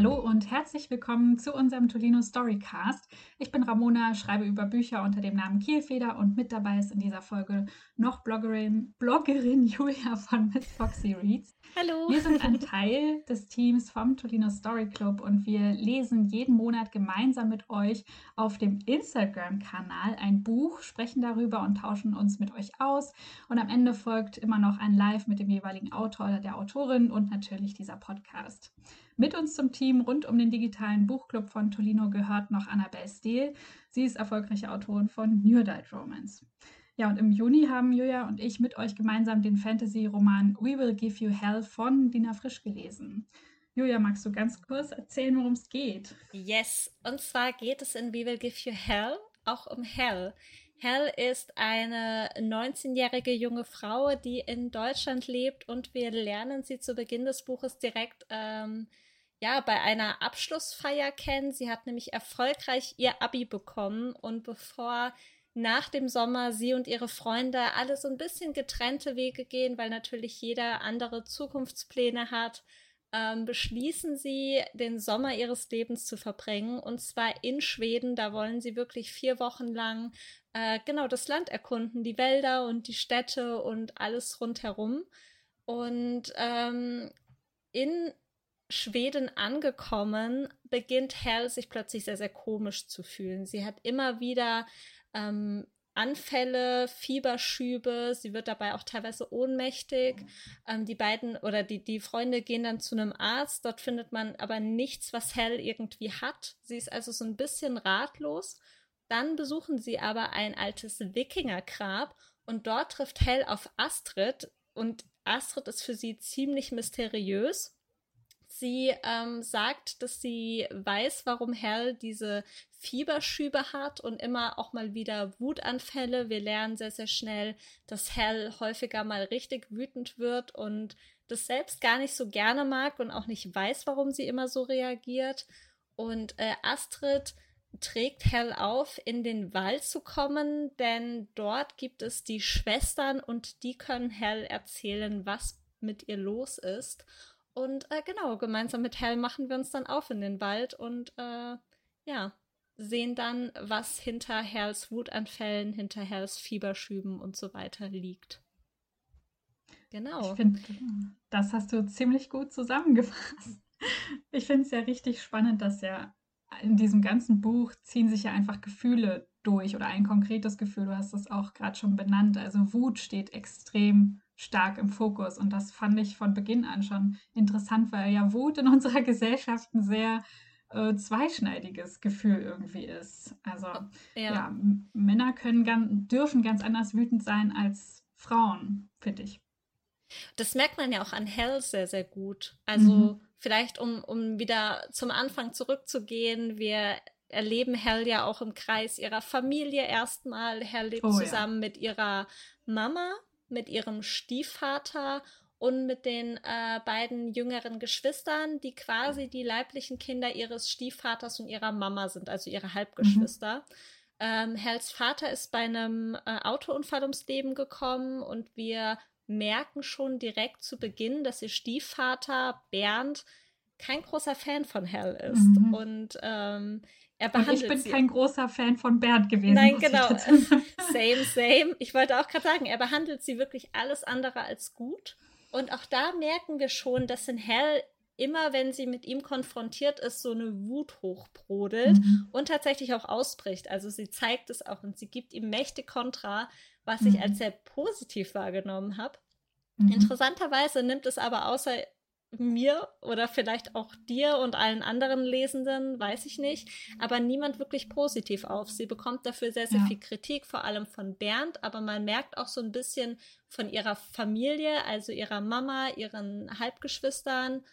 Hallo und herzlich willkommen zu unserem Tolino Storycast. Ich bin Ramona, schreibe über Bücher unter dem Namen Kielfeder und mit dabei ist in dieser Folge noch Bloggerin Julia von Miss Foxy Reads. Hallo. Wir sind ein Teil des Teams vom Tolino Story Club und wir lesen jeden Monat gemeinsam mit euch auf dem Instagram-Kanal ein Buch, sprechen darüber und tauschen uns mit euch aus. Und am Ende folgt immer noch ein Live mit dem jeweiligen Autor oder der Autorin und natürlich dieser Podcast. Mit uns zum Team rund um den digitalen Buchclub von Tolino gehört noch Annabelle Steele. Sie ist erfolgreiche Autorin von New Adult Romance. Ja, und im Juni haben Julia und ich mit euch gemeinsam den Fantasy-Roman We Will Give You Hell von Dina Frisch gelesen. Julia, magst du ganz kurz erzählen, worum es geht? Yes, und zwar geht es in We Will Give You Hell auch um Hell. Hell ist eine 19-jährige junge Frau, die in Deutschland lebt und wir lernen sie zu Beginn des Buches direkt bei einer Abschlussfeier kennen. Sie hat nämlich erfolgreich ihr Abi bekommen und bevor nach dem Sommer sie und ihre Freunde alle so ein bisschen getrennte Wege gehen, weil natürlich jeder andere Zukunftspläne hat, beschließen sie, den Sommer ihres Lebens zu verbringen. Und zwar in Schweden. Da wollen sie wirklich 4 Wochen lang das Land erkunden, die Wälder und die Städte und alles rundherum. Und in Schweden angekommen, beginnt Hell sich plötzlich sehr, sehr komisch zu fühlen. Sie hat immer wieder Anfälle, Fieberschübe, sie wird dabei auch teilweise ohnmächtig. Die beiden oder die Freunde gehen dann zu einem Arzt, dort findet man aber nichts, was Hell irgendwie hat. Sie ist also so ein bisschen ratlos. Dann besuchen sie aber ein altes Wikingergrab und dort trifft Hell auf Astrid und Astrid ist für sie ziemlich mysteriös. Sie sagt, dass sie weiß, warum Hell diese Fieberschübe hat und immer auch mal wieder Wutanfälle. Wir lernen sehr, sehr schnell, dass Hell häufiger mal richtig wütend wird und das selbst gar nicht so gerne mag und auch nicht weiß, warum sie immer so reagiert. Und Astrid trägt Hell auf, in den Wald zu kommen, denn dort gibt es die Schwestern und die können Hell erzählen, was mit ihr los ist. Und gemeinsam mit Hell machen wir uns dann auf in den Wald und sehen dann, was hinter Hells Wutanfällen, hinter Hells Fieberschüben und so weiter liegt. Ich Genau. finde, das hast du ziemlich gut zusammengefasst. Ich finde es ja richtig spannend, dass ja in diesem ganzen Buch ziehen sich ja einfach Gefühle durch oder ein konkretes Gefühl. Du hast es auch gerade schon benannt. Also Wut steht extrem stark im Fokus und das fand ich von Beginn an schon interessant, weil ja Wut in unserer Gesellschaft ein sehr zweischneidiges Gefühl irgendwie ist. Also Ja. ja, Männer dürfen ganz anders wütend sein als Frauen, finde ich. Das merkt man ja auch an Hell sehr, sehr gut. Mhm. Also vielleicht, um wieder zum Anfang zurückzugehen, wir erleben Hell ja auch im Kreis ihrer Familie erstmal. Hell lebt Oh ja. zusammen mit ihrer Mama, mit ihrem Stiefvater und mit den beiden jüngeren Geschwistern, die quasi die leiblichen Kinder ihres Stiefvaters und ihrer Mama sind, also ihre Mhm. Halbgeschwister. Hells Vater ist bei einem Autounfall ums Leben gekommen und wir merken schon direkt zu Beginn, dass ihr Stiefvater Bernd kein großer Fan von Hell ist. Mhm. Und er Und ich behandelt bin sie. kein großer Fan von Bernd gewesen, Nein, muss ich genau. dazu sagen. Same, same. Ich wollte auch gerade sagen, er behandelt sie wirklich alles andere als gut. Und auch da merken wir schon, dass in Hell immer, wenn sie mit ihm konfrontiert ist, so eine Wut hochbrodelt Mhm. und tatsächlich auch ausbricht. Also sie zeigt es auch und sie gibt ihm mächtig Kontra, was ich als Mhm. sehr positiv wahrgenommen habe. Mhm. Interessanterweise nimmt es aber außer mir oder vielleicht auch dir und allen anderen Lesenden, weiß ich nicht, aber niemand wirklich positiv auf. Sie bekommt dafür sehr, sehr Ja. viel Kritik, vor allem von Bernd, aber man merkt auch so ein bisschen von ihrer Familie, also ihrer Mama, ihren Halbgeschwistern.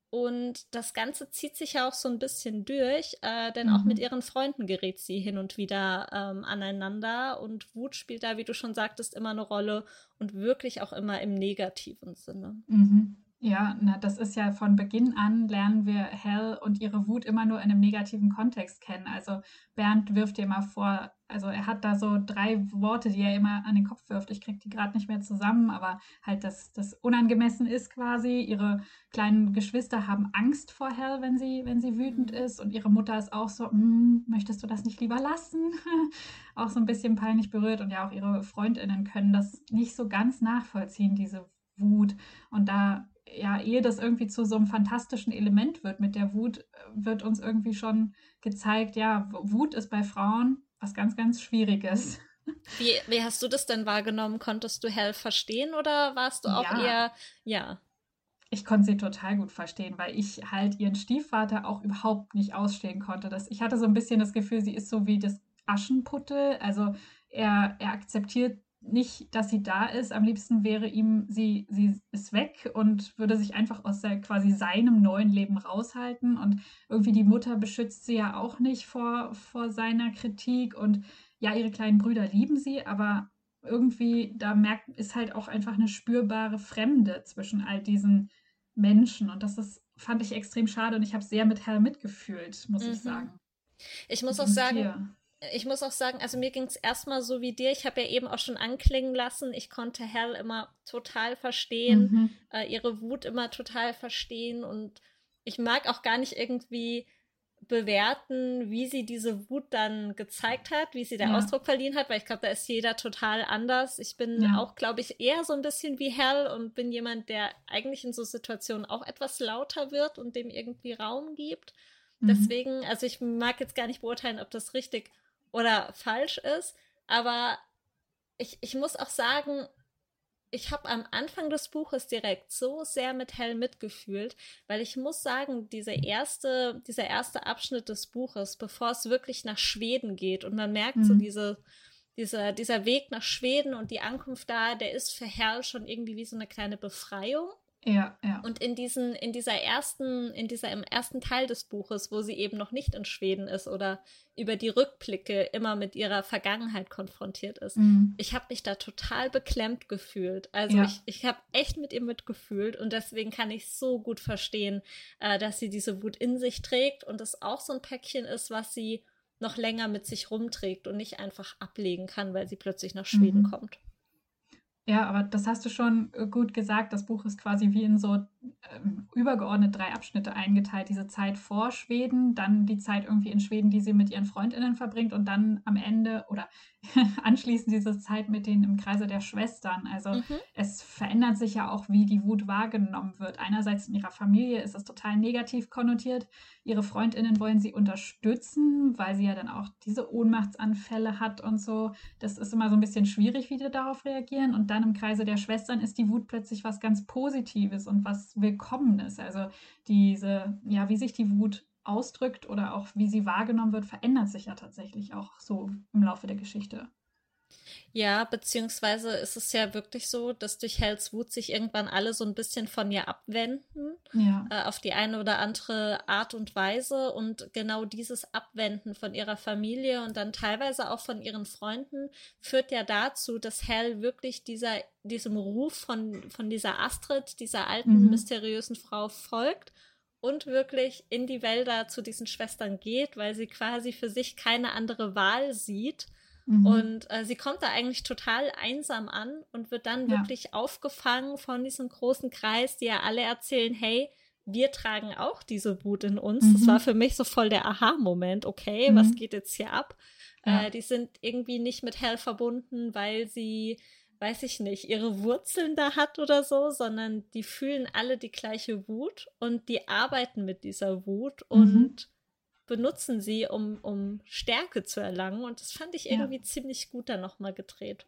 Und das Ganze zieht sich ja auch so ein bisschen durch, denn auch mit Mhm. ihren Freunden gerät sie hin und wieder aneinander. Und Wut spielt da, wie du schon sagtest, immer eine Rolle und wirklich auch immer im negativen Sinne. Mhm. Ja, na, das ist ja von Beginn an lernen wir Hal und ihre Wut immer nur in einem negativen Kontext kennen. Also Bernd wirft ihr immer vor, also er hat da so 3 Worte, die er immer an den Kopf wirft. Ich kriege die gerade nicht mehr zusammen, aber halt, dass das unangemessen ist quasi. Ihre kleinen Geschwister haben Angst vor Hal, wenn sie wütend Mhm. ist. Und ihre Mutter ist auch so, möchtest du das nicht lieber lassen? Auch so ein bisschen peinlich berührt. Und ja, auch ihre Freundinnen können das nicht so ganz nachvollziehen, diese Wut. Und da, ja, ehe das irgendwie zu so einem fantastischen Element wird mit der Wut, wird uns irgendwie schon gezeigt, ja, Wut ist bei Frauen was ganz, ganz Schwieriges. Wie hast du das denn wahrgenommen? Konntest du Hell verstehen oder warst du auch Ja, eher, ja, ich konnte sie total gut verstehen, weil ich halt ihren Stiefvater auch überhaupt nicht ausstehen konnte. Ich hatte so ein bisschen das Gefühl, sie ist so wie das Aschenputtel. Also er akzeptiert nicht, dass sie da ist. Am liebsten wäre ihm, sie ist weg und würde sich einfach aus quasi seinem neuen Leben raushalten. Und irgendwie die Mutter beschützt sie ja auch nicht vor seiner Kritik. Und ja, ihre kleinen Brüder lieben sie, aber irgendwie, ist halt auch einfach eine spürbare Fremde zwischen all diesen Menschen. Und fand ich extrem schade und ich habe sehr mit Hal mitgefühlt, muss ich mhm. sagen. Ich Wie muss auch ging es sagen, dir? also mir ging es erstmal so wie dir. Ich habe ja eben auch schon anklingen lassen, ich konnte Hell immer total verstehen, Mhm. ihre Wut immer total verstehen und ich mag auch gar nicht irgendwie bewerten, wie sie diese Wut dann gezeigt hat, wie sie der Ja, Ausdruck verliehen hat, weil ich glaube, da ist jeder total anders. Ich bin ja. auch, glaube ich, eher so ein bisschen wie Hell und bin jemand, der eigentlich in so Situationen auch etwas lauter wird und dem irgendwie Raum gibt. Mhm. Deswegen, also ich mag jetzt gar nicht beurteilen, ob das richtig oder falsch ist, aber ich muss auch sagen, ich habe am Anfang des Buches direkt so sehr mit Hell mitgefühlt, weil ich muss sagen, dieser erste Abschnitt des Buches, bevor es wirklich nach Schweden geht und man merkt so Mhm. dieser Weg nach Schweden und die Ankunft da, der ist für Hell schon irgendwie wie so eine kleine Befreiung. Ja, ja. Und im ersten Teil des Buches, wo sie eben noch nicht in Schweden ist oder über die Rückblicke immer mit ihrer Vergangenheit konfrontiert ist, Mhm. ich habe mich da total beklemmt gefühlt. Also Ja. ich habe echt mit ihr mitgefühlt und deswegen kann ich so gut verstehen, dass sie diese Wut in sich trägt und es auch so ein Päckchen ist, was sie noch länger mit sich rumträgt und nicht einfach ablegen kann, weil sie plötzlich nach Schweden Mhm. kommt. Ja, aber das hast du schon gut gesagt. Das Buch ist quasi wie in so übergeordnet 3 Abschnitte eingeteilt. Diese Zeit vor Schweden, dann die Zeit irgendwie in Schweden, die sie mit ihren Freundinnen verbringt und dann am Ende oder anschließend diese Zeit mit denen im Kreise der Schwestern. Also Mhm, es verändert sich ja auch, wie die Wut wahrgenommen wird. Einerseits in ihrer Familie ist es total negativ konnotiert. Ihre Freundinnen wollen sie unterstützen, weil sie ja dann auch diese Ohnmachtsanfälle hat und so. Das ist immer so ein bisschen schwierig, wie die darauf reagieren. Und dann im Kreise der Schwestern ist die Wut plötzlich was ganz Positives und was Willkommenes. Also ja, wie sich die Wut ausdrückt oder auch wie sie wahrgenommen wird, verändert sich ja tatsächlich auch so im Laufe der Geschichte. ja, beziehungsweise ist es ja wirklich so, dass durch Hells Wut sich irgendwann alle so ein bisschen von ihr abwenden, Ja. auf die eine oder andere Art und Weise. Und genau dieses Abwenden von ihrer Familie und dann teilweise auch von ihren Freunden führt ja dazu, dass Hell wirklich diesem Ruf von dieser Astrid, dieser alten, Mhm. mysteriösen Frau folgt und wirklich in die Wälder zu diesen Schwestern geht, weil sie quasi für sich keine andere Wahl sieht Mhm. und sie kommt da eigentlich total einsam an und wird dann Ja. wirklich aufgefangen von diesem großen Kreis, die ja alle erzählen, hey, wir tragen auch diese Wut in uns. Das war Mhm. für mich so voll der Aha-Moment. Okay, was Mhm. geht jetzt hier ab? Ja. Die sind irgendwie nicht mit Hell verbunden, weil sie, weiß ich nicht, ihre Wurzeln da hat oder so, sondern die fühlen alle die gleiche Wut und die arbeiten mit dieser Wut Mhm. und benutzen sie, um Stärke zu erlangen. Und das fand ich Ja. irgendwie ziemlich gut dann nochmal gedreht.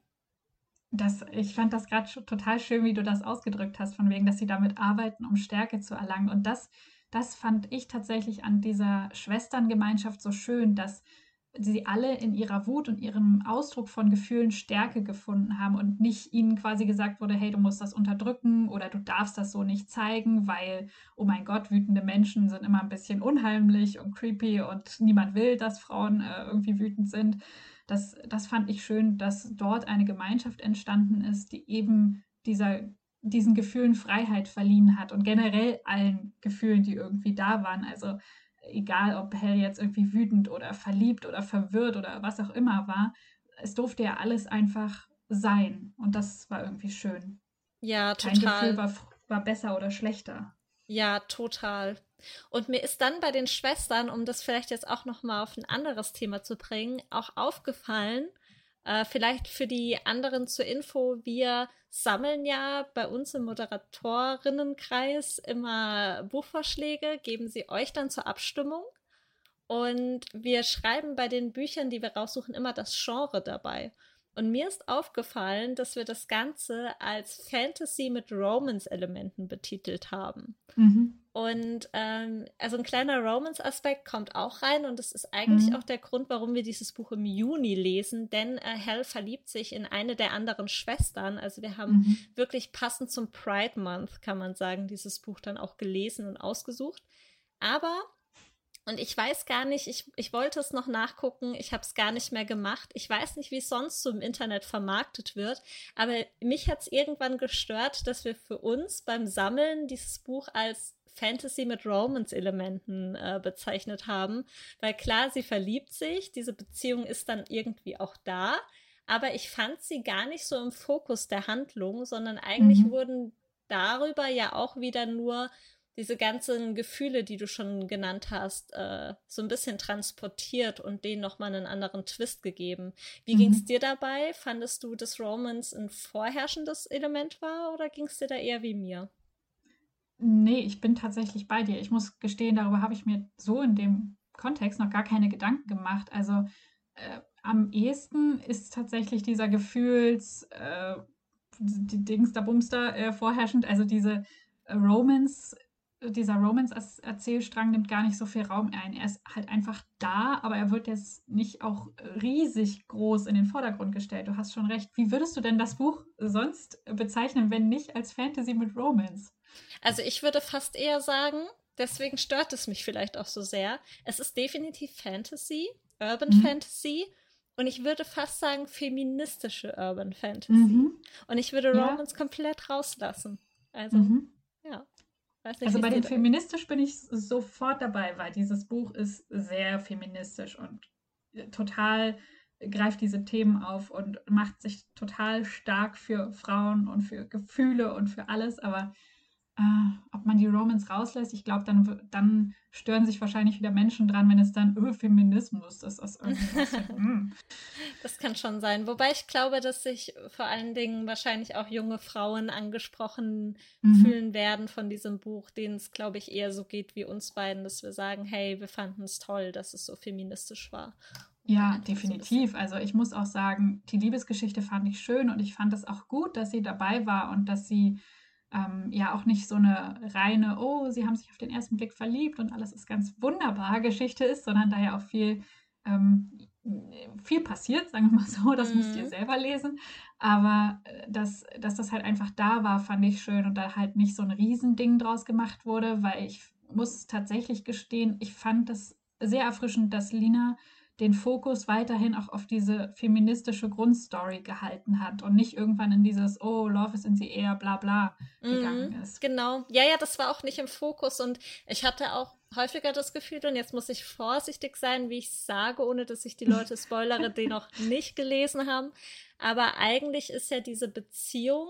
Ich fand das gerade total schön, wie du das ausgedrückt hast, von wegen, dass sie damit arbeiten, um Stärke zu erlangen. Und das fand ich tatsächlich an dieser Schwesterngemeinschaft so schön, dass sie alle in ihrer Wut und ihrem Ausdruck von Gefühlen Stärke gefunden haben und nicht ihnen quasi gesagt wurde, hey, du musst das unterdrücken oder du darfst das so nicht zeigen, weil, oh mein Gott, wütende Menschen sind immer ein bisschen unheimlich und creepy und niemand will, dass Frauen irgendwie wütend sind. Das fand ich schön, dass dort eine Gemeinschaft entstanden ist, die eben dieser diesen Gefühlen Freiheit verliehen hat und generell allen Gefühlen, die irgendwie da waren. Also egal, ob Hal jetzt irgendwie wütend oder verliebt oder verwirrt oder was auch immer war, es durfte ja alles einfach sein und das war irgendwie schön. Ja, Kein Gefühl total. war besser oder schlechter. Ja, total. Und mir ist dann bei den Schwestern, um das vielleicht jetzt auch noch mal auf ein anderes Thema zu bringen, auch aufgefallen, vielleicht für die anderen zur Info, wir sammeln ja bei uns im Moderatoriinnenkreis immer Buchvorschläge, geben sie euch dann zur Abstimmung. Und wir schreiben bei den Büchern, die wir raussuchen, immer das Genre dabei. Und mir ist aufgefallen, dass wir das Ganze als Fantasy mit Romance-Elementen betitelt haben. Mhm. Und also ein kleiner Romance-Aspekt kommt auch rein und das ist eigentlich auch Mhm. der Grund, warum wir dieses Buch im Juni lesen, denn Hal verliebt sich in eine der anderen Schwestern. Also wir haben Mhm. wirklich passend zum Pride Month, kann man sagen, dieses Buch dann auch gelesen und ausgesucht. Aber und ich weiß gar nicht, ich wollte es noch nachgucken, ich habe es gar nicht mehr gemacht. Ich weiß nicht, wie es sonst so im Internet vermarktet wird, aber mich hat es irgendwann gestört, dass wir für uns beim Sammeln dieses Buch als Fantasy mit Romance-Elementen bezeichnet haben. Weil klar, sie verliebt sich, diese Beziehung ist dann irgendwie auch da, aber ich fand sie gar nicht so im Fokus der Handlung, sondern eigentlich Mhm. wurden darüber ja auch wieder nur diese ganzen Gefühle, die du schon genannt hast, so ein bisschen transportiert und denen nochmal einen anderen Twist gegeben. Wie ging es Mhm. dir dabei? Fandest du, dass Romance ein vorherrschendes Element war oder ging es dir da eher wie mir? Nee, ich bin tatsächlich bei dir. Ich muss gestehen, darüber habe ich mir so in dem Kontext noch gar keine Gedanken gemacht. Also am ehesten ist tatsächlich dieser die Dings da Bumster vorherrschend. Also Romance, dieser Romance-Erzählstrang nimmt gar nicht so viel Raum ein. Er ist halt einfach da, aber er wird jetzt nicht auch riesig groß in den Vordergrund gestellt. Du hast schon recht. Wie würdest du denn das Buch sonst bezeichnen, wenn nicht als Fantasy mit Romance? Also ich würde fast eher sagen, deswegen stört es mich vielleicht auch so sehr. Es ist definitiv Fantasy, Urban Mhm. Fantasy und ich würde fast sagen feministische Urban Fantasy. Mhm. Und ich würde Ja. Romance komplett rauslassen. Also, Mhm. ja, weiß nicht, wie Also es bei dir dem dabei geht. feministisch bin ich sofort dabei, weil dieses Buch ist sehr feministisch und total greift diese Themen auf und macht sich total stark für Frauen und für Gefühle und für alles. Aber ob man die Romans rauslässt, ich glaube, dann stören sich wahrscheinlich wieder Menschen dran, wenn es dann Feminismus ist. Das ist irgendwie ein bisschen. Das kann schon sein. Wobei ich glaube, dass sich vor allen Dingen wahrscheinlich auch junge Frauen angesprochen Mhm. fühlen werden von diesem Buch, denen es, glaube ich, eher so geht wie uns beiden, dass wir sagen, hey, wir fanden es toll, dass es so feministisch war. Und dann Ja, einfach so ein bisschen. definitiv. Also ich muss auch sagen, die Liebesgeschichte fand ich schön und ich fand es auch gut, dass sie dabei war und dass sie ja auch nicht so eine reine, oh, sie haben sich auf den ersten Blick verliebt und alles ist ganz wunderbar Geschichte ist, sondern da ja auch ähm, viel passiert, sagen wir mal so, das müsst ihr Mhm. selber lesen. Aber dass das halt einfach da war, fand ich schön und da halt nicht so ein Riesending draus gemacht wurde, weil ich muss tatsächlich gestehen, ich fand das sehr erfrischend, dass Lina den Fokus weiterhin auch auf diese feministische Grundstory gehalten hat und nicht irgendwann in dieses Oh, Love is in the air, bla bla Mhm, gegangen ist. genau. Ja, ja, das war auch nicht im Fokus und ich hatte auch häufiger das Gefühl, und jetzt muss ich vorsichtig sein, wie ich sage, ohne dass ich die Leute spoilere, die noch nicht gelesen haben. Aber eigentlich ist ja diese Beziehung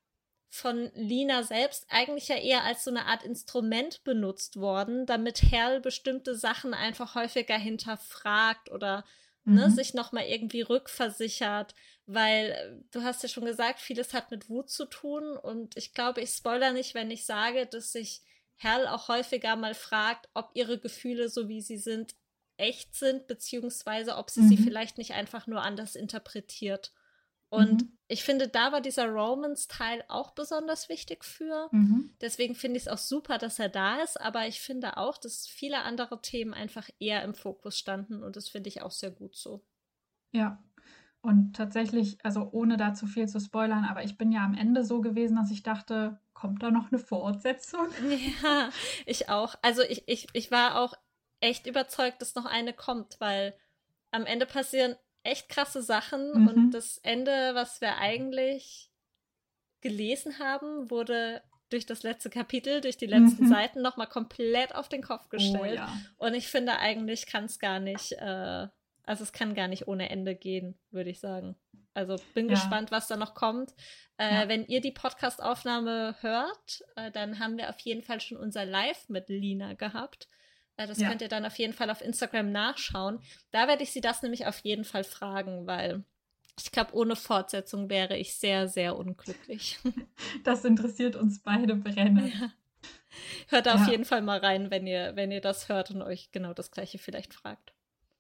von Lina selbst eigentlich ja eher als so eine Art Instrument benutzt worden, damit Hal bestimmte Sachen einfach häufiger hinterfragt oder ne, Mhm. sich nochmal irgendwie rückversichert, weil du hast ja schon gesagt, vieles hat mit Wut zu tun und ich glaube, ich spoiler nicht, wenn ich sage, dass sich Hal auch häufiger mal fragt, ob ihre Gefühle, so wie sie sind, echt sind, beziehungsweise ob sie Mhm. vielleicht nicht einfach nur anders interpretiert. Und Mhm. ich finde, da war dieser Romance-Teil auch besonders wichtig für. Mhm. Deswegen finde ich es auch super, dass er da ist, aber ich finde auch, dass viele andere Themen einfach eher im Fokus standen und das finde ich auch sehr gut so. Ja. Und tatsächlich, also ohne da zu viel zu spoilern, aber ich bin ja am Ende so gewesen, dass ich dachte, kommt da noch eine Fortsetzung? Ja, ich auch. Also ich war auch echt überzeugt, dass noch eine kommt, weil am Ende passieren echt krasse Sachen und Mhm. das Ende, was wir eigentlich gelesen haben, wurde durch das letzte Kapitel, durch die letzten Seiten nochmal komplett auf den Kopf gestellt. Und ich finde, eigentlich kann es gar nicht, also es kann gar nicht ohne Ende gehen, würde ich sagen. Also bin gespannt, was da noch kommt. Wenn ihr die Podcast-Aufnahme hört, dann haben wir auf jeden Fall schon unser Live mit Lina gehabt. Das könnt ihr dann auf jeden Fall auf Instagram nachschauen. Da werde ich sie das nämlich auf jeden Fall fragen, weil ich glaube, ohne Fortsetzung wäre ich sehr, sehr unglücklich. Das interessiert uns beide brennend. Ja. Hört da auf jeden Fall mal rein, wenn ihr das hört und euch genau das Gleiche vielleicht fragt.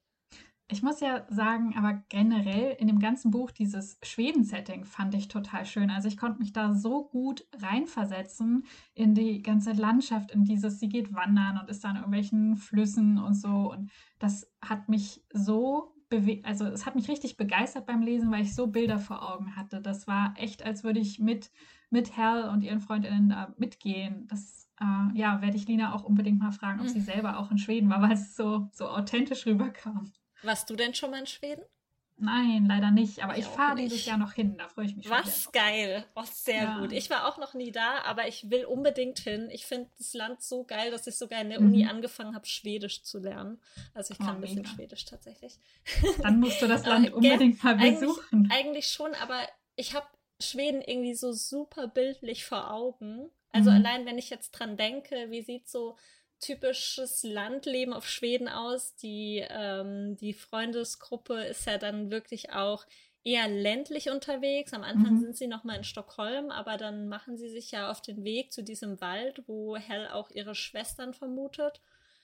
Ich muss ja sagen, aber generell in dem ganzen Buch dieses Schweden-Setting fand ich total schön. Also ich konnte mich da so gut reinversetzen in die ganze Landschaft, in dieses, sie geht wandern und ist da an irgendwelchen Flüssen und so. Und das hat mich so bewegt, also es hat mich richtig begeistert beim Lesen, weil ich so Bilder vor Augen hatte. Das war echt, als würde ich mit Hal und ihren Freundinnen da mitgehen. Das werde ich Lina auch unbedingt mal fragen, ob sie selber auch in Schweden war, weil es so authentisch rüberkam. Warst du denn schon mal in Schweden? Nein, leider nicht. Aber ich fahre dieses Jahr noch hin. Da freue ich mich schon. Was geil. Oh, sehr gut. Ich war auch noch nie da, aber ich will unbedingt hin. Ich finde das Land so geil, dass ich sogar in der Uni angefangen habe, Schwedisch zu lernen. Also ich kann ein bisschen Schwedisch tatsächlich. Dann musst du das Land unbedingt mal besuchen. Eigentlich schon, aber ich habe Schweden irgendwie so super bildlich vor Augen. Also allein, wenn ich jetzt dran denke, wie sieht so typisches Landleben auf Schweden aus. Die Freundesgruppe ist ja dann wirklich auch eher ländlich unterwegs. Am Anfang sind sie noch mal in Stockholm, aber dann machen sie sich ja auf den Weg zu diesem Wald, wo Hel auch ihre Schwestern vermutet.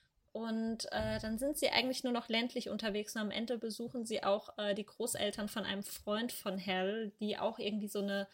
Und dann sind sie eigentlich nur noch ländlich unterwegs und am Ende besuchen sie auch die Großeltern von einem Freund von Hel, die auch irgendwie so eine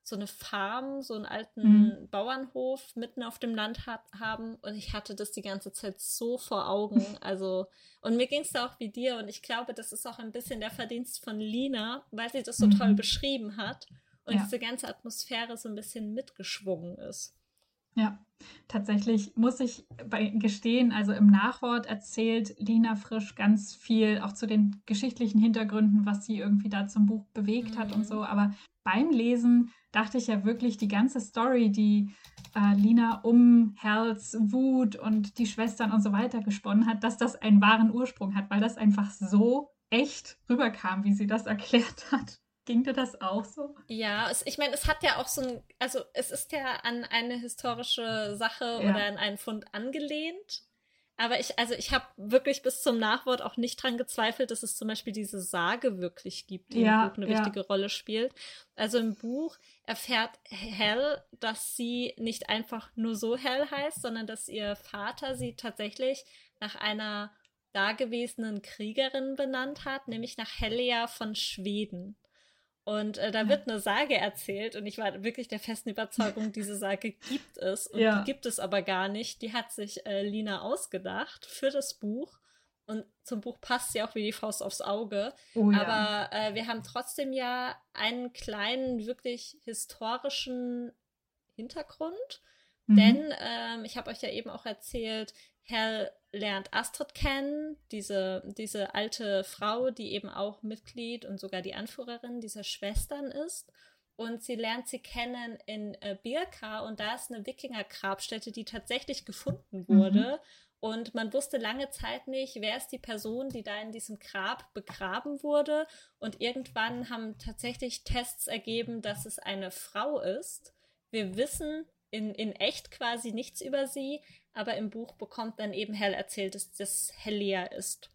Farm, so einen alten Bauernhof mitten auf dem Land haben und ich hatte das die ganze Zeit so vor Augen, also und mir ging es da auch wie dir und ich glaube, das ist auch ein bisschen der Verdienst von Lina, weil sie das so toll beschrieben hat und diese ganze Atmosphäre so ein bisschen mitgeschwungen ist. Ja, tatsächlich muss ich gestehen, also im Nachwort erzählt Lina Frisch ganz viel, auch zu den geschichtlichen Hintergründen, was sie irgendwie da zum Buch bewegt hat und so. Aber beim Lesen dachte ich ja wirklich, die ganze Story, die Lina um Hals Wut und die Schwestern und so weiter gesponnen hat, dass das einen wahren Ursprung hat, weil das einfach so echt rüberkam, wie sie das erklärt hat. Ging dir das auch so? Ja, ich meine, es hat ja auch also es ist ja an eine historische Sache oder an einen Fund angelehnt. Aber ich habe wirklich bis zum Nachwort auch nicht dran gezweifelt, dass es zum Beispiel diese Sage wirklich gibt, die im Buch eine wichtige Rolle spielt. Also im Buch erfährt Hel, dass sie nicht einfach nur so Hel heißt, sondern dass ihr Vater sie tatsächlich nach einer dagewesenen Kriegerin benannt hat, nämlich nach Helja von Schweden. Und da wird eine Sage erzählt und ich war wirklich der festen Überzeugung, diese Sage gibt es und die gibt es aber gar nicht. Die hat sich Lina ausgedacht für das Buch und zum Buch passt sie auch wie die Faust aufs Auge. Aber wir haben trotzdem ja einen kleinen, wirklich historischen Hintergrund, denn ich habe euch ja eben auch erzählt, Hel lernt Astrid kennen, diese alte Frau, die eben auch Mitglied und sogar die Anführerin dieser Schwestern ist. Und sie lernt sie kennen in Birka und da ist eine Wikinger-Grabstätte, die tatsächlich gefunden wurde. Und man wusste lange Zeit nicht, wer ist die Person, die da in diesem Grab begraben wurde. Und irgendwann haben tatsächlich Tests ergeben, dass es eine Frau ist. Wir wissen in echt quasi nichts über sie, aber im Buch bekommt dann eben Hel erzählt, dass das Helja ist.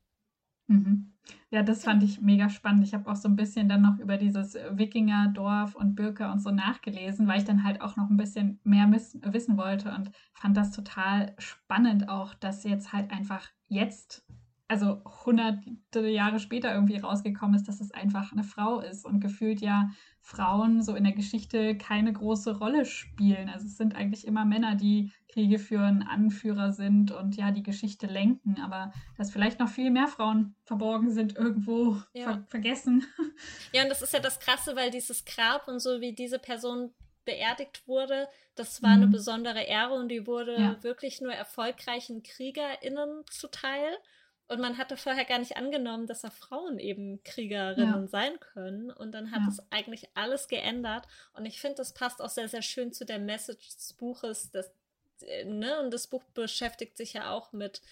Ja, das fand ich mega spannend. Ich habe auch so ein bisschen dann noch über dieses Wikingerdorf und Birka und so nachgelesen, weil ich dann halt auch noch ein bisschen mehr wissen wollte und fand das total spannend auch, dass jetzt halt einfach jetzt, also hunderte Jahre später irgendwie rausgekommen ist, dass es einfach eine Frau ist und gefühlt ja Frauen so in der Geschichte keine große Rolle spielen. Also es sind eigentlich immer Männer, die Kriege führen, Anführer sind und ja, die Geschichte lenken, aber dass vielleicht noch viel mehr Frauen verborgen sind irgendwo, vergessen. Ja, und das ist ja das Krasse, weil dieses Grab und so, wie diese Person beerdigt wurde, das war eine besondere Ehre und die wurde wirklich nur erfolgreichen KriegerInnen zuteil. Und man hatte vorher gar nicht angenommen, dass auch Frauen eben Kriegerinnen sein können. Und dann hat es eigentlich alles geändert. Und ich finde, das passt auch sehr, sehr schön zu der Message des Buches. Und das Buch beschäftigt sich ja auch mit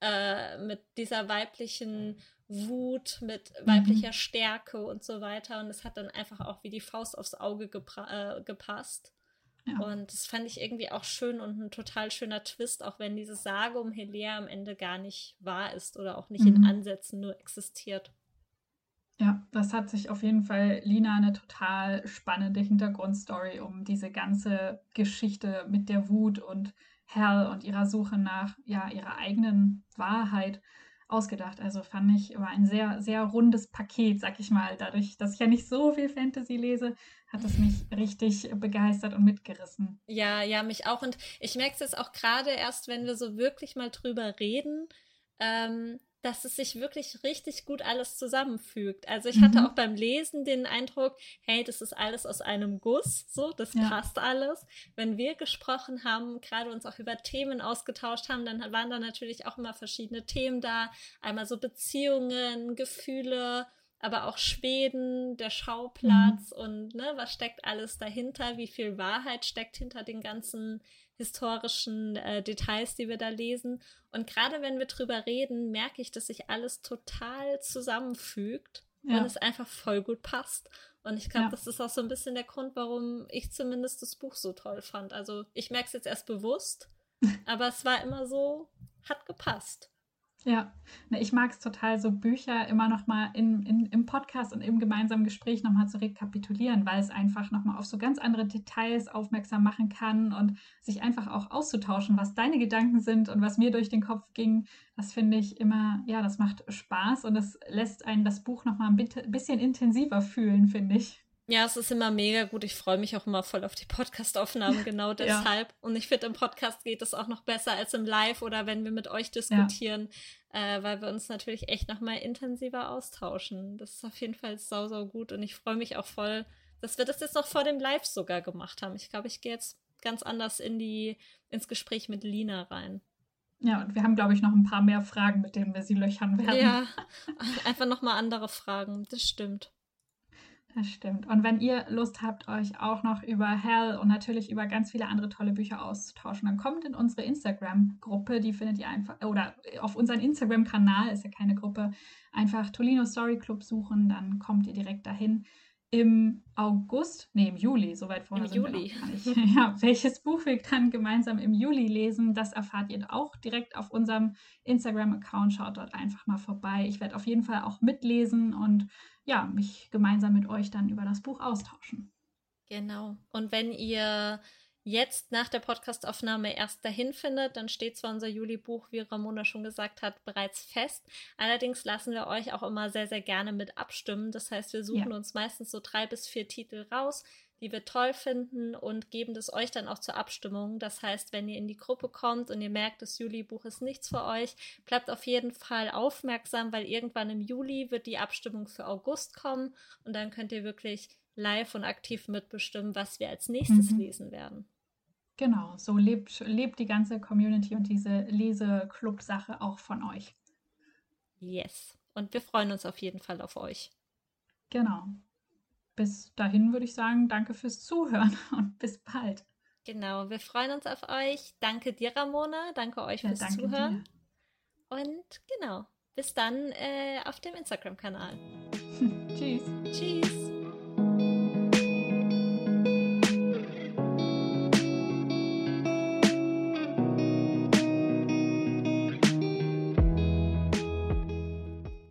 dieser weiblichen Wut, mit weiblicher Stärke und so weiter. Und es hat dann einfach auch wie die Faust aufs Auge gepasst. Ja. Und das fand ich irgendwie auch schön und ein total schöner Twist, auch wenn diese Sage um Helea am Ende gar nicht wahr ist oder auch nicht in Ansätzen nur existiert. Ja, das hat sich auf jeden Fall Lina eine total spannende Hintergrundstory um diese ganze Geschichte mit der Wut und Hal und ihrer Suche nach ihrer eigenen Wahrheit ausgedacht. Also fand ich, war ein sehr, sehr rundes Paket, sag ich mal. Dadurch, dass ich ja nicht so viel Fantasy lese, hat es mich richtig begeistert und mitgerissen. Ja, mich auch. Und ich merke es jetzt auch gerade erst, wenn wir so wirklich mal drüber reden, dass es sich wirklich richtig gut alles zusammenfügt. Also ich hatte auch beim Lesen den Eindruck, hey, das ist alles aus einem Guss, so, das passt alles. Wenn wir gesprochen haben, gerade uns auch über Themen ausgetauscht haben, dann waren da natürlich auch immer verschiedene Themen da. Einmal so Beziehungen, Gefühle, aber auch Schweden, der Schauplatz und was steckt alles dahinter, wie viel Wahrheit steckt hinter den ganzen historischen Details, die wir da lesen. Und gerade wenn wir drüber reden, merke ich, dass sich alles total zusammenfügt und es einfach voll gut passt. Und ich glaube, das ist auch so ein bisschen der Grund, warum ich zumindest das Buch so toll fand. Also ich merke es jetzt erst bewusst, aber es war immer so, hat gepasst. Ja, ich mag es total, so Bücher immer noch mal im Podcast und im gemeinsamen Gespräch noch mal zu rekapitulieren, weil es einfach noch mal auf so ganz andere Details aufmerksam machen kann und sich einfach auch auszutauschen, was deine Gedanken sind und was mir durch den Kopf ging. Das finde ich immer, das macht Spaß und das lässt einen das Buch noch mal ein bisschen intensiver fühlen, finde ich. Ja, es ist immer mega gut. Ich freue mich auch immer voll auf die Podcast-Aufnahmen, genau deshalb. Und ich finde, im Podcast geht es auch noch besser als im Live oder wenn wir mit euch diskutieren, weil wir uns natürlich echt noch mal intensiver austauschen. Das ist auf jeden Fall sau gut und ich freue mich auch voll, dass wir das jetzt noch vor dem Live sogar gemacht haben. Ich glaube, ich gehe jetzt ganz anders ins Gespräch mit Lina rein. Ja, und wir haben, glaube ich, noch ein paar mehr Fragen, mit denen wir sie löchern werden. Ja, einfach noch mal andere Fragen. Das stimmt. Das stimmt. Und wenn ihr Lust habt, euch auch noch über Hal und natürlich über ganz viele andere tolle Bücher auszutauschen, dann kommt in unsere Instagram-Gruppe. Die findet ihr einfach, oder auf unseren Instagram-Kanal, ist ja keine Gruppe, einfach Tolino Story Club suchen, dann kommt ihr direkt dahin. Im Juli, soweit vorher sind wir noch gar nicht. Ja, welches Buch wir dann gemeinsam im Juli lesen, das erfahrt ihr auch direkt auf unserem Instagram-Account. Schaut dort einfach mal vorbei. Ich werde auf jeden Fall auch mitlesen und mich gemeinsam mit euch dann über das Buch austauschen. Genau. Und wenn ihr jetzt nach der Podcastaufnahme erst dahin findet, dann steht zwar unser Juli-Buch, wie Ramona schon gesagt hat, bereits fest. Allerdings lassen wir euch auch immer sehr, sehr gerne mit abstimmen. Das heißt, wir suchen uns meistens so 3 bis 4 Titel raus, die wir toll finden und geben das euch dann auch zur Abstimmung. Das heißt, wenn ihr in die Gruppe kommt und ihr merkt, das Juli-Buch ist nichts für euch, bleibt auf jeden Fall aufmerksam, weil irgendwann im Juli wird die Abstimmung für August kommen und dann könnt ihr wirklich live und aktiv mitbestimmen, was wir als nächstes lesen werden. Genau, so lebt die ganze Community und diese Leseclub-Sache auch von euch. Yes. Und wir freuen uns auf jeden Fall auf euch. Genau. Bis dahin würde ich sagen, danke fürs Zuhören und bis bald. Genau, wir freuen uns auf euch. Danke dir, Ramona. Danke euch fürs Zuhören. Dir. Und genau, bis dann auf dem Instagram-Kanal. Tschüss. Tschüss.